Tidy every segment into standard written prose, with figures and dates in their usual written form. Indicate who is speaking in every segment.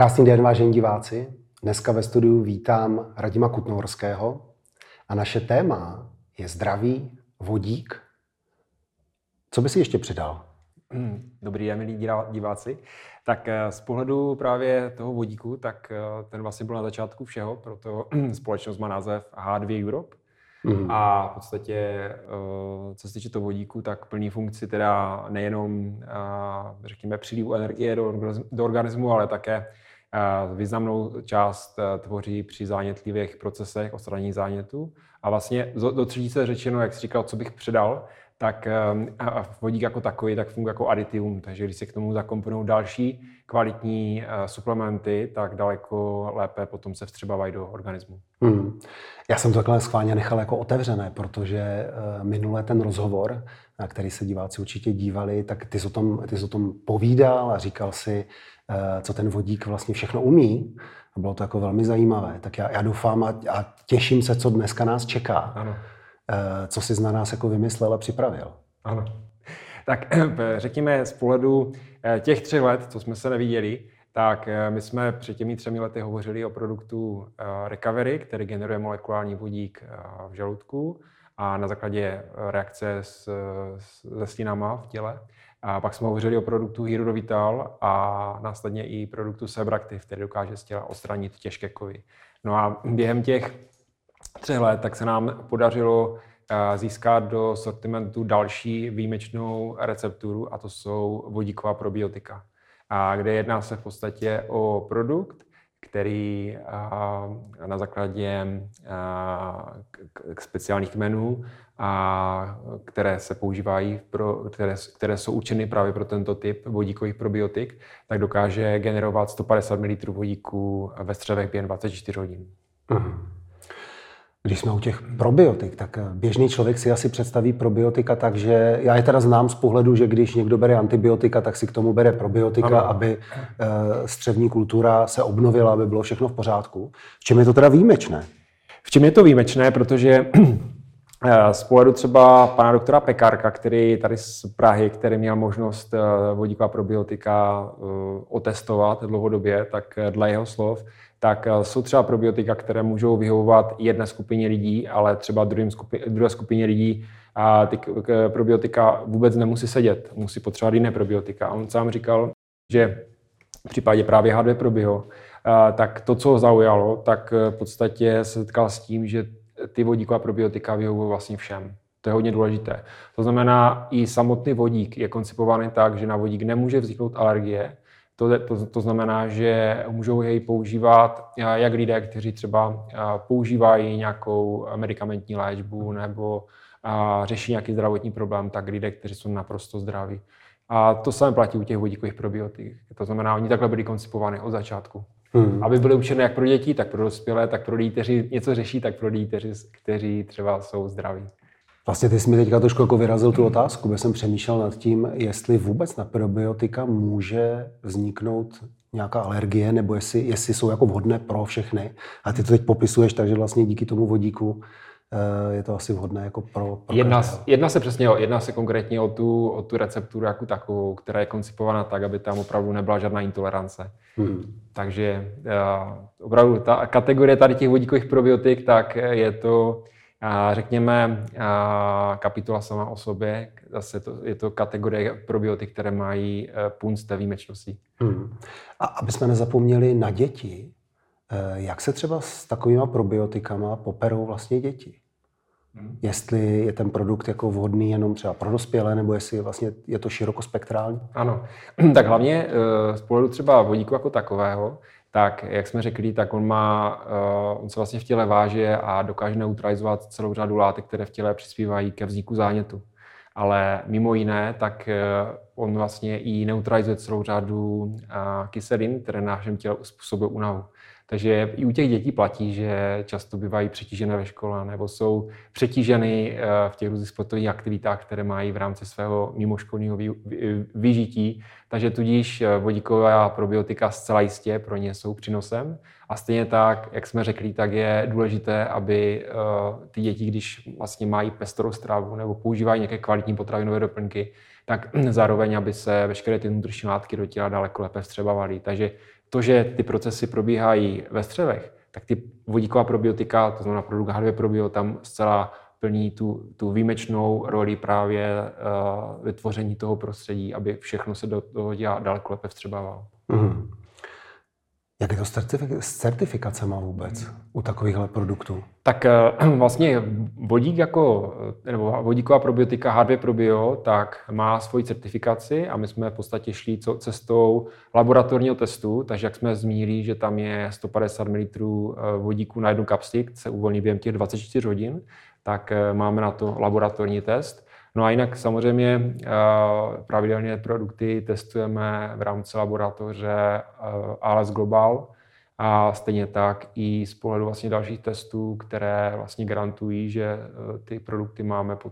Speaker 1: Krásný den, vážení diváci. Dneska ve studiu vítám Radima Kutnohorského a naše téma je zdraví, vodík. Co by si ještě přidal?
Speaker 2: Dobrý den, milí diváci. Tak z pohledu právě toho vodíku, tak ten vlastně byl na začátku všeho, proto společnost má název H2 Europe. A v podstatě, co se týče toho vodíku, tak plní funkci teda nejenom, řekněme, přílivu energie do organismu, ale také významnou část tvoří při zánětlivých procesech, odstranění zánětu. A vlastně do třetice řečeno, jak jsi říkal, co bych předal, tak vodík jako takový tak funguje jako aditivum, takže když se k tomu zakomponují další kvalitní suplementy, tak daleko lépe potom se vstřebávají do organismu.
Speaker 1: Já jsem to takhle schválně nechal jako otevřené, protože minule ten rozhovor, na který se diváci určitě dívali, tak ty jsi o tom povídal a říkal si, co ten vodík vlastně všechno umí. A bylo to jako velmi zajímavé. Tak já doufám a těším se, co dneska nás čeká.
Speaker 2: Ano.
Speaker 1: Co jsi na nás jako vymyslel a připravil.
Speaker 2: Ano. Tak řekněme z pohledu těch 3 let, co jsme se neviděli, tak my jsme před těmi 3 lety hovořili o produktu Recovery, který generuje molekulární vodík v žaludku a na základě reakce se slinama v těle. A pak jsme hovořili o produktu Hero Vital a následně i produktu Sebractiv, který dokáže z těla odstranit těžké kovy. No a během těch 3 let tak se nám podařilo získat do sortimentu další výjimečnou recepturu, a to jsou vodíková probiotika, kde jedná se v podstatě o produkt, který na základě speciálních kmenů, které se používají, které jsou určeny právě pro tento typ vodíkových probiotik, tak dokáže generovat 150 ml vodíku ve střevech během 24 hodin.
Speaker 1: Když jsme u těch probiotik, tak běžný člověk si asi představí probiotika tak, že já je teda znám z pohledu, že když někdo bere antibiotika, tak si k tomu bere probiotika, aby střevní kultura se obnovila, aby bylo všechno v pořádku. V čem je to teda výjimečné?
Speaker 2: V čem je to výjimečné, protože z pohledu třeba pana doktora Pekárka, který tady z Prahy, který měl možnost vodíková probiotika otestovat dlouhodobě, tak dle jeho slov, tak jsou třeba probiotika, které můžou vyhovovat jedné skupině lidí, ale třeba druhé skupině lidí a ty probiotika vůbec nemusí sedět, musí potřebovat jiné probiotika. A on sám říkal, že v případě právě H2 Probio, tak to, co ho zaujalo, tak v podstatě se setkal s tím, že ty vodíková probiotika vyhovují vlastně všem. To je hodně důležité. To znamená, i samotný vodík je koncipovaný tak, že na vodík nemůže vzniknout alergie. To znamená, že můžou jej používat jak lidé, kteří třeba používají nějakou medikamentní léčbu nebo řeší nějaký zdravotní problém, tak lidé, kteří jsou naprosto zdraví. A to samé platí u těch vodíkových probiotik. To znamená, oni takhle byli koncipovány od začátku. Aby byly určené jak pro děti, tak pro dospělé, tak pro lidi, kteří něco řeší, tak pro lidi, kteří třeba jsou zdraví.
Speaker 1: Vlastně ty jsi mi teďka trošku jako vyrazil tu otázku, protože jsem přemýšlel nad tím, jestli vůbec na probiotika může vzniknout nějaká alergie, nebo jestli jsou jako vhodné pro všechny. A ty to teď popisuješ, takže vlastně díky tomu vodíku je to asi vhodné jako pro
Speaker 2: jedná se konkrétně o tu recepturu jako takovou, která je koncipovaná tak, aby tam opravdu nebyla žádná intolerance. Takže opravdu ta kategorie tady těch vodíkových probiotik, tak je to řekněme kapitola sama o sobě. Zase je to kategorie probiotik, které mají punc té výjimečnosti.
Speaker 1: A aby jsme nezapomněli na děti, jak se třeba s takovýma probiotikama poperou vlastně děti? Jestli je ten produkt jako vhodný jenom třeba pro dospělé, nebo jestli vlastně je to širokospektrální?
Speaker 2: Ano, tak hlavně z pohledu třeba vodíku jako takového, tak jak jsme řekli, tak on se vlastně v těle váže a dokáže neutralizovat celou řadu látek, které v těle přispívají ke vzniku zánětu. Ale mimo jiné, tak on vlastně i neutralizuje celou řadu kyselin, které na našem těle způsobují únavu. Takže i u těch dětí platí, že často bývají přetížené ve škole nebo jsou přetíženy v těch různých sportovních aktivitách, které mají v rámci svého mimoškolního vyžití. Takže tudíž vodíková probiotika zcela jistě pro ně jsou přínosem. A stejně tak, jak jsme řekli, tak je důležité, aby ty děti, když vlastně mají pestrou stravu nebo používají nějaké kvalitní potravinové doplňky, tak zároveň, aby se veškeré ty nutriční látky do těla daleko lépe vstřebávaly. Takže to, že ty procesy probíhají ve střevech, tak ty vodíková probiotika, to znamená produkt H2 Probio, tam zcela plní tu výjimečnou roli právě vytvoření toho prostředí, aby všechno se do toho daleko lépe vstřebávalo.
Speaker 1: Mm. Jak je to s certifikacemi vůbec u takovýchhle produktů?
Speaker 2: Tak vlastně vodíková probiotika H2 Probio, tak má svoji certifikaci a my jsme v podstatě šli cestou laboratorního testu, takže jak jsme zmínili, že tam je 150 ml vodíku na jednu kapsli, se uvolní během těch 24 hodin, tak máme na to laboratorní test. No a jinak samozřejmě pravidelně produkty testujeme v rámci laboratoře ALS Global a stejně tak i z pohledu vlastně dalších testů, které vlastně garantují, že ty produkty máme pod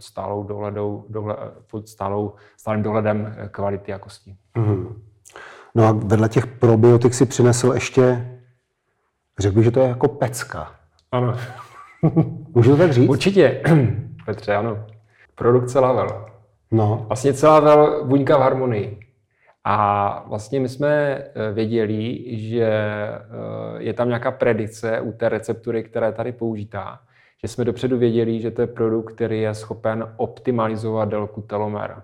Speaker 2: stálým dohledem kvality a jakosti.
Speaker 1: Mm. No a vedle těch probiotik si přinesl ještě, řekl bych, že to je jako pecka.
Speaker 2: Ano.
Speaker 1: Můžu to tak říct?
Speaker 2: Určitě, Petře, ano. Produkt Celavel.
Speaker 1: No.
Speaker 2: Vlastně Celavel buňka v harmonii. A vlastně my jsme věděli, že je tam nějaká predikce u té receptury, která je tady použitá. Že jsme dopředu věděli, že to je produkt, který je schopen optimalizovat délku telomer.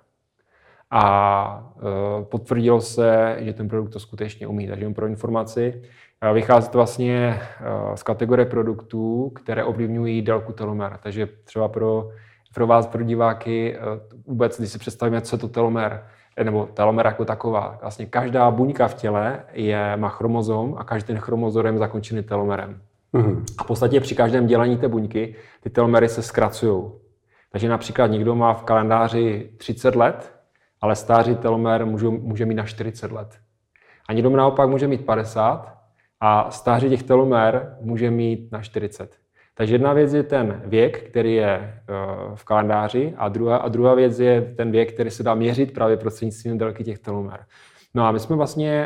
Speaker 2: A potvrdilo se, že ten produkt to skutečně umí. Takže pro informaci, vychází to vlastně z kategorie produktů, které ovlivňují délku telomer. Takže třeba pro vás, pro diváky, vůbec, když si představíme, co je to telomer, nebo telomer jako taková. Vlastně každá buňka v těle má chromozom a každý ten chromozom je zakončený telomerem. Mm-hmm. A v podstatě při každém dělení té buňky ty telomery se zkracují. Takže například někdo má v kalendáři 30 let, ale stáří telomer může mít na 40 let. A někdo naopak může mít 50 a stáří těch telomer může mít na 40. Takže jedna věc je ten věk, který je v kalendáři a druhá věc je ten věk, který se dá měřit právě prostřednictvím délky těch telomer. No a my jsme vlastně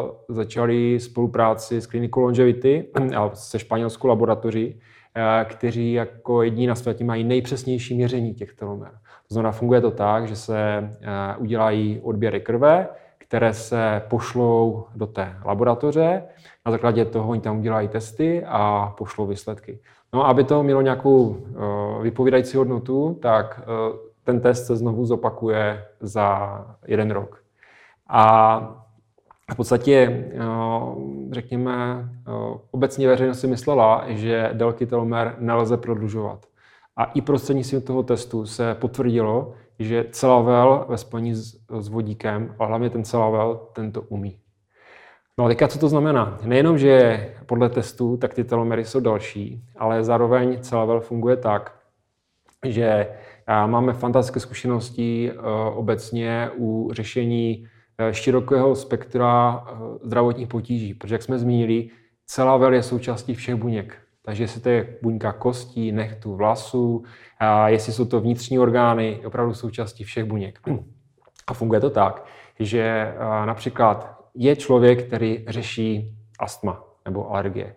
Speaker 2: začali spolupráci s klinikou Longevity a se španělskou laboratoří, kteří jako jediní na světě mají nejpřesnější měření těch telomer. To znamená, funguje to tak, že se udělají odběry krve, které se pošlou do té laboratoře. Na základě toho oni tam udělají testy a pošlou výsledky. No, aby to mělo nějakou vypovídající hodnotu, tak ten test se znovu zopakuje za 1 rok. A v podstatě, řekněme, obecně veřejnost si myslela, že délky telomer nelze prodlužovat. A i prostřednictvím toho testu se potvrdilo, že Celavel ve spojení s vodíkem, a hlavně ten Celavel, ten to umí. No a teďka co to znamená? Nejenom, že podle testů, tak ty telomery jsou další, ale zároveň Celavel funguje tak, že máme fantastické zkušenosti obecně u řešení širokého spektra zdravotních potíží, protože jak jsme zmínili, Celavel je součástí všech buněk. Takže jestli to je buňka kostí, nechtů, vlasů, jestli jsou to vnitřní orgány, opravdu součástí všech buněk. A funguje to tak, že například je člověk, který řeší astma nebo alergie.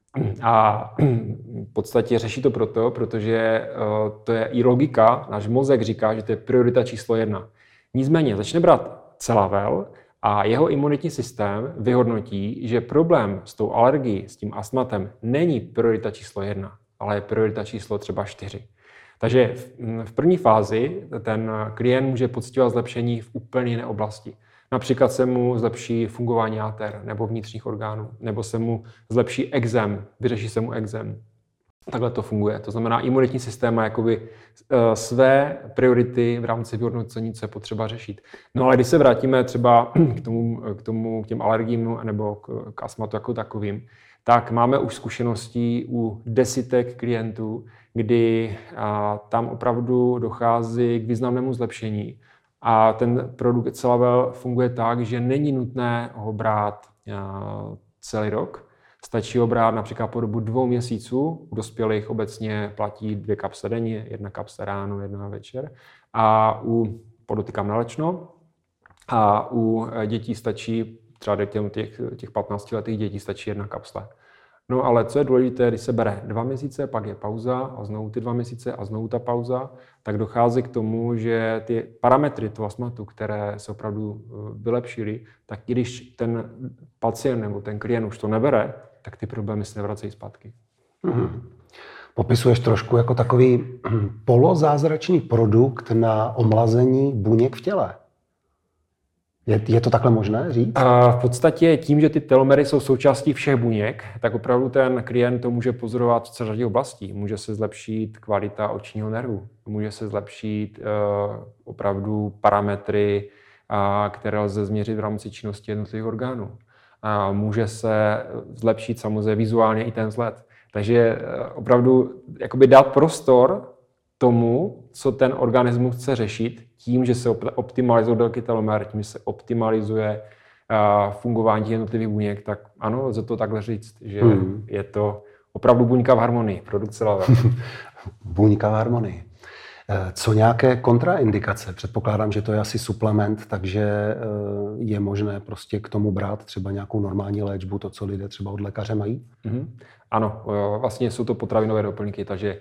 Speaker 2: A v podstatě řeší to protože to je i logika, náš mozek říká, že to je priorita číslo 1. Nicméně začne brát Celavel a jeho imunitní systém vyhodnotí, že problém s tou alergií, s tím astmatem není priorita číslo 1, ale je priorita číslo třeba 4. Takže v první fázi ten klient může pocitovat zlepšení v úplně jiné oblasti. Například se mu zlepší fungování játer nebo vnitřních orgánů, nebo se mu zlepší ekzém, vyřeší se mu ekzém. Takhle to funguje. To znamená, imunitní systém má jakoby své priority v rámci vyhodnocení, co je potřeba řešit. No ale když se vrátíme třeba k těm alergím nebo k astmatu jako takovým, tak máme už zkušenosti u desítek klientů, kdy tam opravdu dochází k významnému zlepšení. A ten produkt Celavel funguje tak, že není nutné ho brát celý rok. Stačí ho brát například po dobu 2 měsíců. U dospělých obecně platí 2 kapsle denně, 1 kapsle ráno, 1 večer. A podotýkám nalečno. A u dětí stačí, třeba těch 15letých dětí stačí 1 kapsle. No ale co je důležité, když se bere 2 měsíce, pak je pauza a znovu ty 2 měsíce a znovu ta pauza, tak dochází k tomu, že ty parametry toho astmatu, které se opravdu vylepšily, tak i když ten pacient nebo ten klient už to nebere, tak ty problémy se nevracejí zpátky.
Speaker 1: Popisuješ trošku jako takový polozázračný produkt na omlazení buněk v těle. Je to takhle možné říct?
Speaker 2: V podstatě tím, že ty telomery jsou součástí všech buněk, tak opravdu ten klient to může pozorovat v celé řadě oblastí. Může se zlepšit kvalita očního nervu, může se zlepšit opravdu parametry, které lze změřit v rámci činnosti jednotlivých orgánů. Může se zlepšit samozřejmě vizuálně i ten vzhled. Takže opravdu jakoby dát prostor tomu, co ten organismus chce řešit, tím, že se optimalizují délky telomer, tím, že se optimalizuje fungování jednotlivých buněk, tak ano, lze to takhle říct, že je to opravdu buňka v harmonii, produkt Celaver.
Speaker 1: Buňka v harmonii. Co nějaké kontraindikace? Předpokládám, že to je asi suplement, takže je možné prostě k tomu brát třeba nějakou normální léčbu, to, co lidé třeba od lékaře mají?
Speaker 2: Ano, vlastně jsou to potravinové doplňky, takže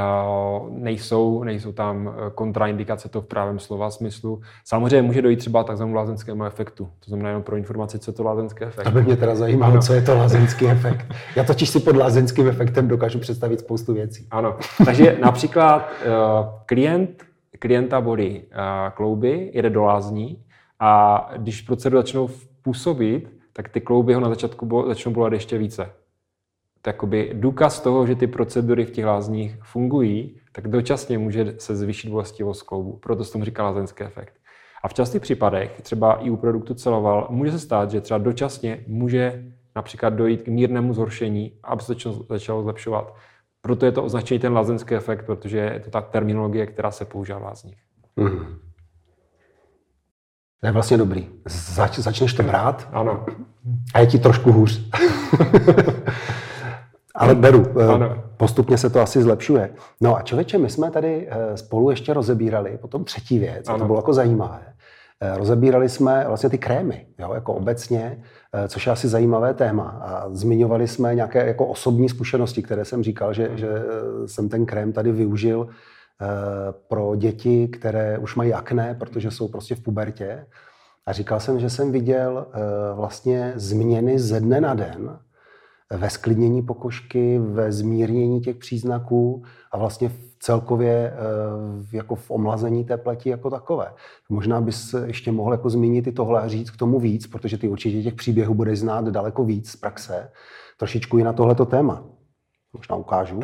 Speaker 2: nejsou tam kontraindikace to v právém slova smyslu. Samozřejmě může dojít třeba takzvanému lázeňskému efektu. To znamená jenom pro informaci, co je to lázeňský efekt.
Speaker 1: To by mě teda zajímalo, ano. Co je to lázeňský efekt. Já totiž si pod lázeňským efektem dokážu představit spoustu věcí.
Speaker 2: Ano, takže například klienta bolí klouby, jede do lázní a když procedury začnou působit, tak ty klouby ho na začátku začnou bolet ještě více. Takoby důkaz toho, že ty procedury v těch lázních fungují, tak dočasně může se zvýšit bolestivost kloubu. Proto se tomu říká lázeňský efekt. A v častých případech, třeba i u produktu Celaval, může se stát, že třeba dočasně může například dojít k mírnému zhoršení, aby se začalo zlepšovat. Proto je to označený ten lázeňský efekt, protože je to ta terminologie, která se používá v lázních.
Speaker 1: To je vlastně dobrý. Začneš to brát
Speaker 2: ano.
Speaker 1: A je ti trošku hůř. Ale beru. Postupně se to asi zlepšuje. No a člověče, my jsme tady spolu ještě rozebírali potom třetí věc, a to bylo jako zajímavé. Rozebírali jsme vlastně ty krémy, jo, jako obecně, což je asi zajímavé téma. A zmiňovali jsme nějaké jako osobní zkušenosti, které jsem říkal, že jsem ten krém tady využil pro děti, které už mají akné, protože jsou prostě v pubertě. A říkal jsem, že jsem viděl vlastně změny ze dne na den ve zklidnění pokožky, ve zmírnění těch příznaků a vlastně celkově jako v omlazení té pleti jako takové. Možná bys ještě mohl jako zmínit i tohle a říct k tomu víc, protože ty určitě těch příběhů budeš znát daleko víc z praxe. Trošičku i na tohleto téma. Možná ukážu.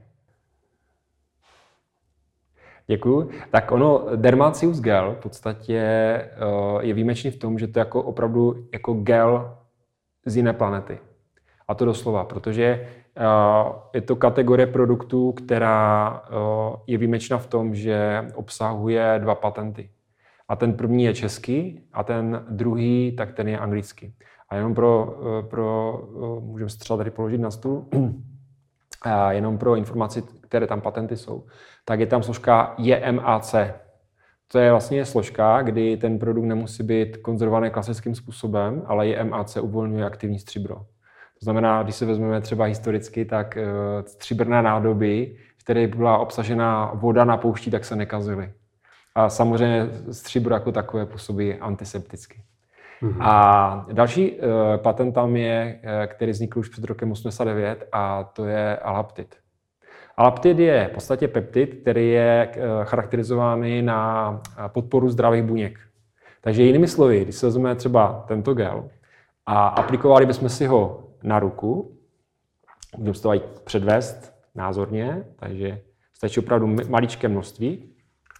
Speaker 2: Děkuju. Tak ono, Dermacius gel v podstatě je výjimečný v tom, že to je jako opravdu jako gel z jiné planety. A to doslova, protože je to kategorie produktů, která je výjimečná v tom, že obsahuje 2 patenty. A ten první je český a ten druhý, tak ten je anglický. A jenom můžeme se třeba tady položit na stůl, a jenom pro informaci, které tam patenty jsou, tak je tam složka JMAC. To je vlastně složka, kdy ten produkt nemusí být konzervovaný klasickým způsobem, ale JMAC uvolňuje aktivní stříbro. To znamená, když se vezmeme třeba historicky, tak stříbrné nádoby, v kterých byla obsažena voda na poušti, tak se nekazily. A samozřejmě stříbro jako takové působí antisepticky. A další patent tam je, který vznikl už před rokem 89, a to je alaptid. Alaptid je v podstatě peptid, který je charakterizovaný na podporu zdravých buněk. Takže jinými slovy, když se vezmeme třeba tento gel a aplikovali bychom si ho na ruku, můžeme si to předvést názorně, takže stačí opravdu maličké množství,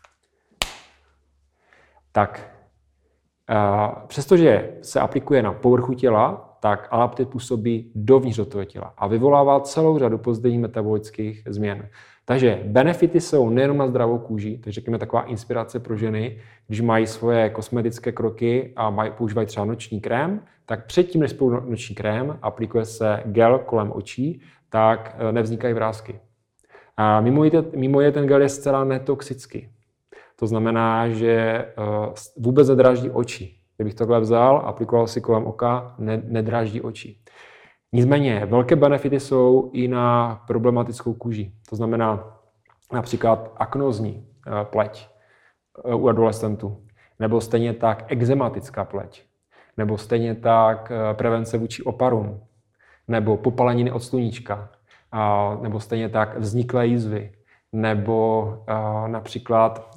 Speaker 2: tak přestože se aplikuje na povrchu těla, tak alaptid působí dovnitř do toho těla a vyvolává celou řadu pozitivních metabolických změn. Takže benefity jsou nejen na zdravou kůži, takže řekněme taková inspirace pro ženy, když mají svoje kosmetické kroky a používají třeba noční krém, tak předtím, než spolu noční krém, aplikuje se gel kolem očí, tak nevznikají vrásky. A mimo je ten gel je zcela netoxický. To znamená, že vůbec nedráždí oči. Kdybych tohle vzal, aplikoval si kolem oka, nedráždí oči. Nicméně velké benefity jsou i na problematickou kůži. To znamená například aknózní pleť u adolescentů, nebo stejně tak ekzematická pleť, nebo stejně tak prevence vůči oparům, nebo popaleniny od sluníčka, nebo stejně tak vzniklé jizvy, nebo například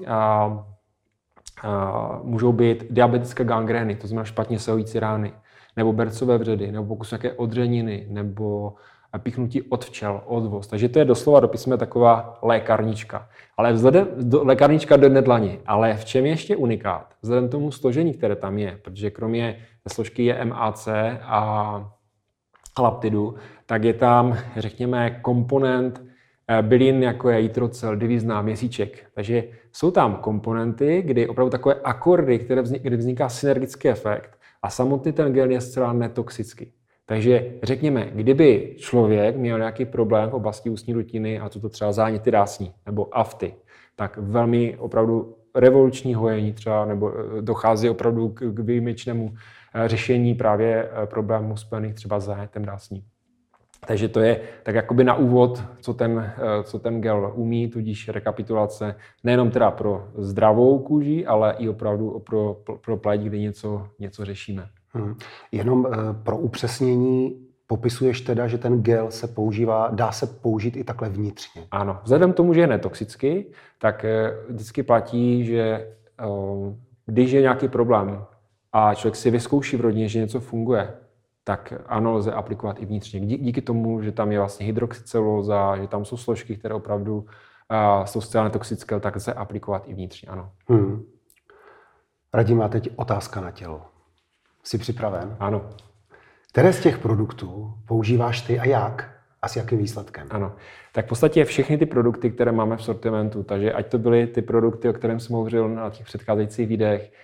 Speaker 2: můžou být diabetické gangrény, to znamená špatně sehojící rány, nebo bercové vředy, nebo pokud jsou nějaké odřeniny, nebo píchnutí od včel, odvoz. Takže to je doslova do písme taková lékárnička. Ale lékárnička do nedlaně. Ale v čem je ještě unikát? Vzhledem tomu složení, které tam je, protože kromě složky je MAC a laptidu, tak je tam, řekněme, komponent bylin, jako je jitrocel, divizná, měsíček. Takže jsou tam komponenty, kdy opravdu takové akordy, kdy vzniká synergický efekt a samotný ten gel je zcela netoxický. Takže řekněme, kdyby člověk měl nějaký problém v oblasti ústní dutiny, a to třeba záněty dásní nebo afty, tak velmi opravdu revoluční hojení třeba, nebo dochází opravdu k výjimečnému řešení právě problémů spojených třeba s zánětem dásní. Takže to je tak jakoby na úvod, co ten gel umí, tudíž rekapitulace nejenom teda pro zdravou kůži, ale i opravdu pro pleť, kdy něco řešíme.
Speaker 1: Jenom pro upřesnění popisuješ teda, že ten gel se používá, dá se použít i takhle vnitřně.
Speaker 2: Ano, vzhledem k tomu, že je netoxický, tak vždycky platí, že když je nějaký problém a člověk si vyzkouší v rodině, že něco funguje, tak ano, lze aplikovat i vnitřně. Díky tomu, že tam je vlastně hydroxycelulóza, že tam jsou složky, které opravdu jsou zcela netoxické, tak lze aplikovat i vnitřně, ano.
Speaker 1: Radim, má teď otázka na tělo. Jsi připraven?
Speaker 2: Ano.
Speaker 1: Které z těch produktů používáš ty a jak? A s jakým výsledkem?
Speaker 2: Ano. Tak v podstatě všechny ty produkty, které máme v sortimentu, takže ať to byly ty produkty, o kterém jsem hovořil na těch předcházejících videích,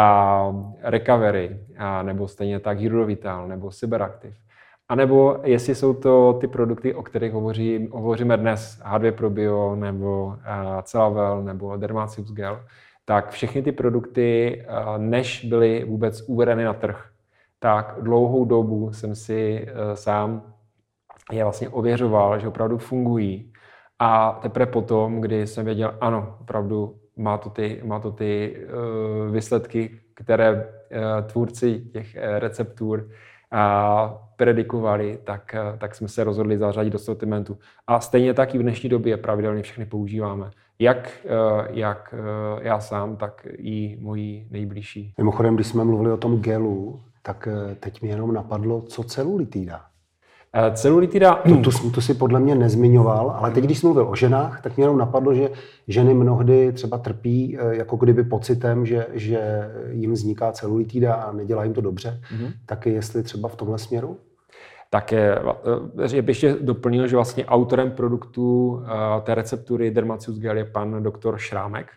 Speaker 2: Recovery, nebo stejně tak Hydrovital, nebo Cyberactive. A nebo jestli jsou to ty produkty, o kterých hovoříme dnes, H2 Probio, nebo Celavel, nebo Dermacius Gel, tak všechny ty produkty, než byly vůbec uvedeny na trh, tak dlouhou dobu jsem si sám je vlastně ověřoval, že opravdu fungují. A teprve potom, kdy jsem věděl, ano, opravdu má to ty výsledky, které tvůrci těch receptur predikovali, tak jsme se rozhodli zařadit do sortimentu. A stejně tak i v dnešní době pravidelně všechny používáme. Jak já sám, tak i moji nejbližší.
Speaker 1: Mimochodem, když jsme mluvili o tom gelu, tak teď mi jenom napadlo, co celulitida.
Speaker 2: Celulitida...
Speaker 1: To si podle mě nezmiňoval, ale teď, když jsi mluvil o ženách, tak mě jenom napadlo, že ženy mnohdy třeba trpí jako kdyby pocitem, že jim vzniká celulitida a nedělá jim to dobře. Tak jestli třeba v tomhle směru?
Speaker 2: Tak bych ještě doplnil, že vlastně autorem produktu té receptury Dermacius Gel je pan doktor Šrámek.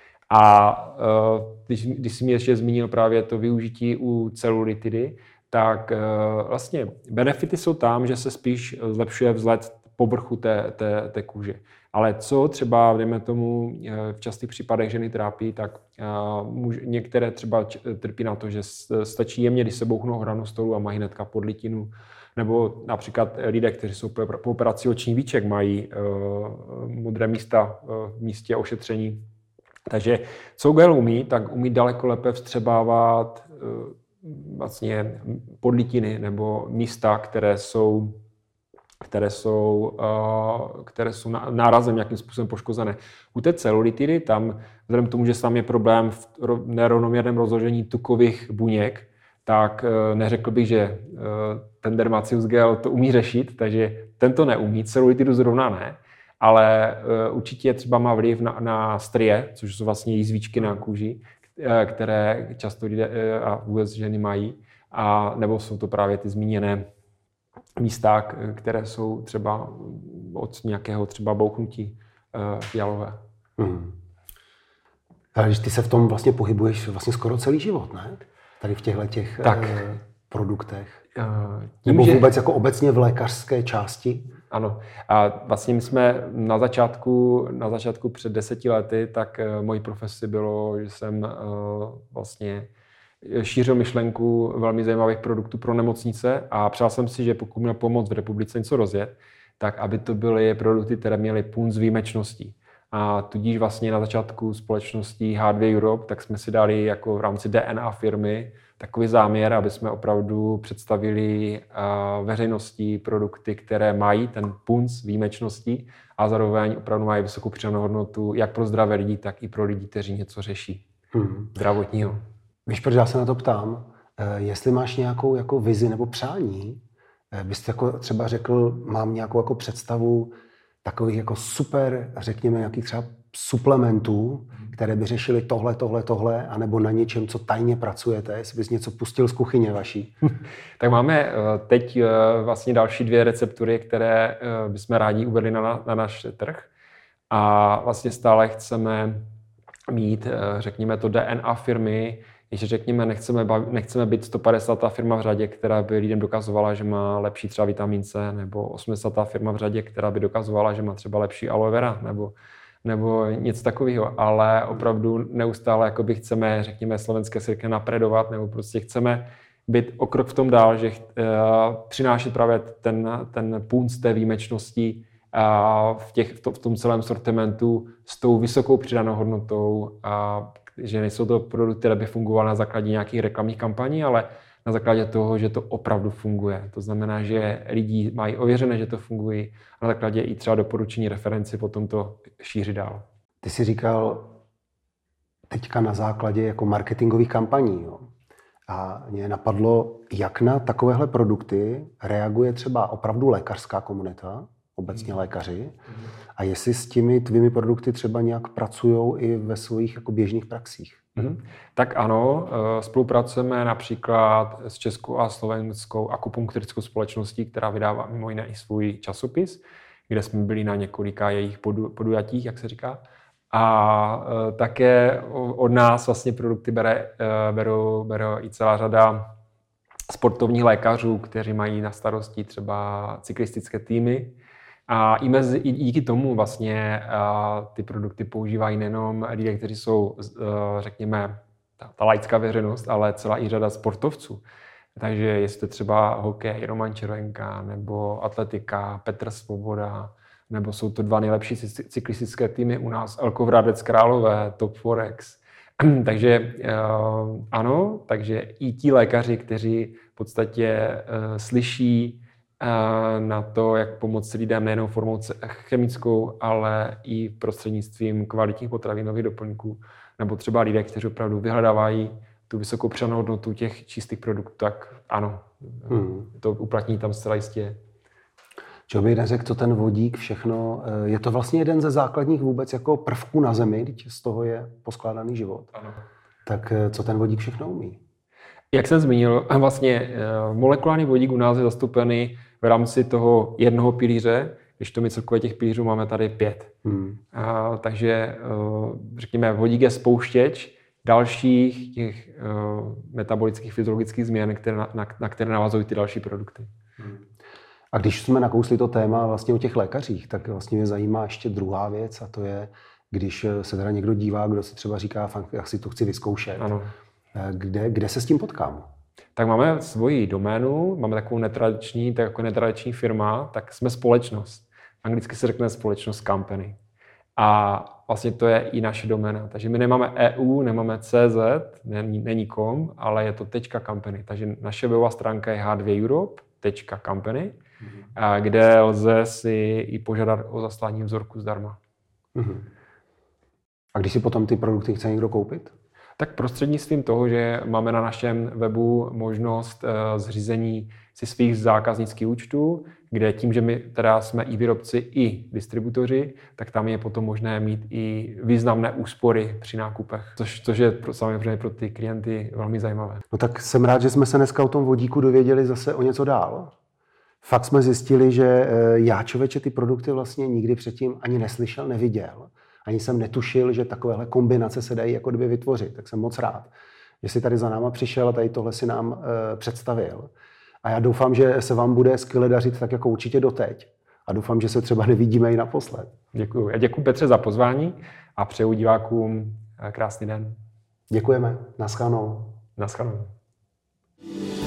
Speaker 2: A když jsi mi ještě zmínil právě to využití u celulitidy, tak vlastně benefity jsou tam, že se spíš zlepšuje vzhled povrchu té kůže. Ale co třeba, dejme tomu, v častých případech ženy trápí, tak některé třeba trpí na to, že stačí jemně, když se bouchnou hranu stolu a mají hnedka podlitinu. Nebo například lidé, kteří jsou po operaci očních víček, mají modré místa v místě ošetření. Takže co gel umí, tak umí daleko lépe vstřebávat vlastně podlitiny nebo místa, které jsou nárazem nějakým způsobem poškozené. U té celulitidy tam, vzhledem k tomu, že tam je problém v nerovnoměrném rozložení tukových buněk, tak neřekl bych, že ten Dermacius Gel to umí řešit, takže tento neumí, celulitidu zrovna ne, ale určitě třeba má vliv na strie, což jsou vlastně jizvičky na kůži, které často lidé a vůbec ženy mají, a nebo jsou to právě ty zmíněné místa, které jsou třeba od nějakého třeba bouchnutí jalové.
Speaker 1: Ale když ty se v tom vlastně pohybuješ vlastně skoro celý život, ne? Tady v těchto produktech. Nebo vůbec jako obecně v lékařské části?
Speaker 2: Ano. A vlastně my jsme na začátku před 10 lety, tak mojí profesi bylo, že jsem vlastně šířil myšlenku velmi zajímavých produktů pro nemocnice a přál jsem si, že pokud měl pomoct v republice něco rozjet, tak aby to byly produkty, které měly punc výjimečností. A tudíž vlastně na začátku společnosti H2 Europe, tak jsme si dali jako v rámci DNA firmy takový záměr, aby jsme opravdu představili veřejnosti produkty, které mají ten punc výjimečností a zároveň opravdu mají vysokou přidanou hodnotu jak pro zdravé lidi, tak i pro lidi, kteří něco řeší zdravotního.
Speaker 1: Víš, proč já se na to ptám? Jestli máš nějakou jako vizi nebo přání, bys jako třeba řekl, mám nějakou jako představu takových jako super, řekněme, nějakých třeba suplementů, které by řešily tohle, anebo na něčem, co tajně pracujete, jestli bys něco pustil z kuchyně vaší.
Speaker 2: Tak máme teď vlastně další 2 receptury, které bychom rádi uvedli na náš trh. A vlastně stále chceme mít, řekněme, to DNA firmy, když řekněme, nechceme být 150. firma v řadě, která by lidem dokazovala, že má lepší třeba vitamin C, nebo 80. firma v řadě, která by dokazovala, že má třeba lepší aloe vera, nebo něco takového, ale opravdu neustále jakoby chceme, řekněme, slovenské sirky napredovat, nebo prostě chceme být o krok v tom dál, že přinášet právě ten punc té výjimečnosti v tom celém sortimentu s tou vysokou přidanou hodnotou, že nejsou to produkty, které by fungovaly na základě nějakých reklamních kampaní, ale na základě toho, že to opravdu funguje. To znamená, že lidi mají ověřené, že to funguje a na základě i třeba doporučení referenci potom to šíří dál.
Speaker 1: Ty jsi říkal teďka na základě jako marketingových kampaní. Jo? A mě napadlo, jak na takovéhle produkty reaguje třeba opravdu lékařská komunita, obecně lékaři, a jestli s těmi tvými produkty třeba nějak pracujou i ve svých jako běžných praxích.
Speaker 2: Tak ano, spolupracujeme například s českou a slovenskou akupunkturickou společností, která vydává mimo jiné i svůj časopis, kde jsme byli na několika jejich podujatích, jak se říká. A také od nás vlastně produkty bere i celá řada sportovních lékařů, kteří mají na starosti třeba cyklistické týmy. A i díky tomu vlastně ty produkty používají nejenom lidé, kteří jsou, řekněme, ta laická veřejnost, ale celá i řada sportovců. Takže jestli to třeba hokej, Roman Červenka, nebo atletika, Petr Svoboda, nebo jsou to 2 nejlepší cyklistické týmy u nás, Elko Hradec Králové, Top Forex. Takže ano, takže i ti lékaři, kteří v podstatě slyší na to, jak pomoct lidem nejenom formou chemickou, ale i prostřednictvím kvalitních potravinových doplňků, nebo třeba lidé, kteří opravdu vyhledávají tu vysokou přidanou hodnotu těch čistých produktů, tak ano, to uplatní tam zcela jistě.
Speaker 1: Čo bych neřekl, co ten vodík všechno, je to vlastně jeden ze základních vůbec jako prvků na Zemi, když z toho je poskládaný život.
Speaker 2: Ano.
Speaker 1: Tak co ten vodík všechno umí? Jak
Speaker 2: jsem zmínil, vlastně molekulární vodík u nás je zastoupený v rámci toho jednoho pilíře, když to my celkově těch pilířů máme tady 5. Takže řekněme, vodík je spouštěč dalších těch metabolických, fyziologických změn, na které navazují ty další produkty.
Speaker 1: A když jsme nakousli to téma vlastně o těch lékařích, tak vlastně mě zajímá ještě druhá věc, a to je, když se teda někdo dívá, kdo si třeba říká, jak si to chci vyzkoušet.
Speaker 2: Ano.
Speaker 1: Kde se s tím potkám?
Speaker 2: Tak máme svoji doménu, máme takovou netradiční firma, tak jsme společnost. Anglicky se řekne společnost company. A vlastně to je i naše doména. Takže my nemáme EU, nemáme CZ, není com, ale je to .company. Takže naše webová stránka je h2europe.company, kde lze si i požádat o zaslání vzorku zdarma.
Speaker 1: A když si potom ty produkty chce někdo koupit?
Speaker 2: Tak prostřednictvím toho, že máme na našem webu možnost zřízení si svých zákaznických účtů, kde tím, že my teda jsme i výrobci, i distributoři, tak tam je potom možné mít i významné úspory při nákupech, což je samozřejmě pro ty klienty velmi zajímavé.
Speaker 1: No tak jsem rád, že jsme se dneska o tom vodíku dověděli zase o něco dál. Fakt jsme zjistili, že já, člověče, ty produkty vlastně nikdy předtím ani neslyšel, neviděl. Ani jsem netušil, že takovéhle kombinace se dají jako kdyby vytvořit. Tak jsem moc rád, že jsi tady za náma přišel a tady tohle si nám představil. A já doufám, že se vám bude skvěle dařit tak jako určitě doteď. A doufám, že se třeba nevidíme i naposled.
Speaker 2: Děkuju. Já děkuji Petře za pozvání a přeju divákům krásný den.
Speaker 1: Děkujeme. Naschledanou.
Speaker 2: Naschledanou.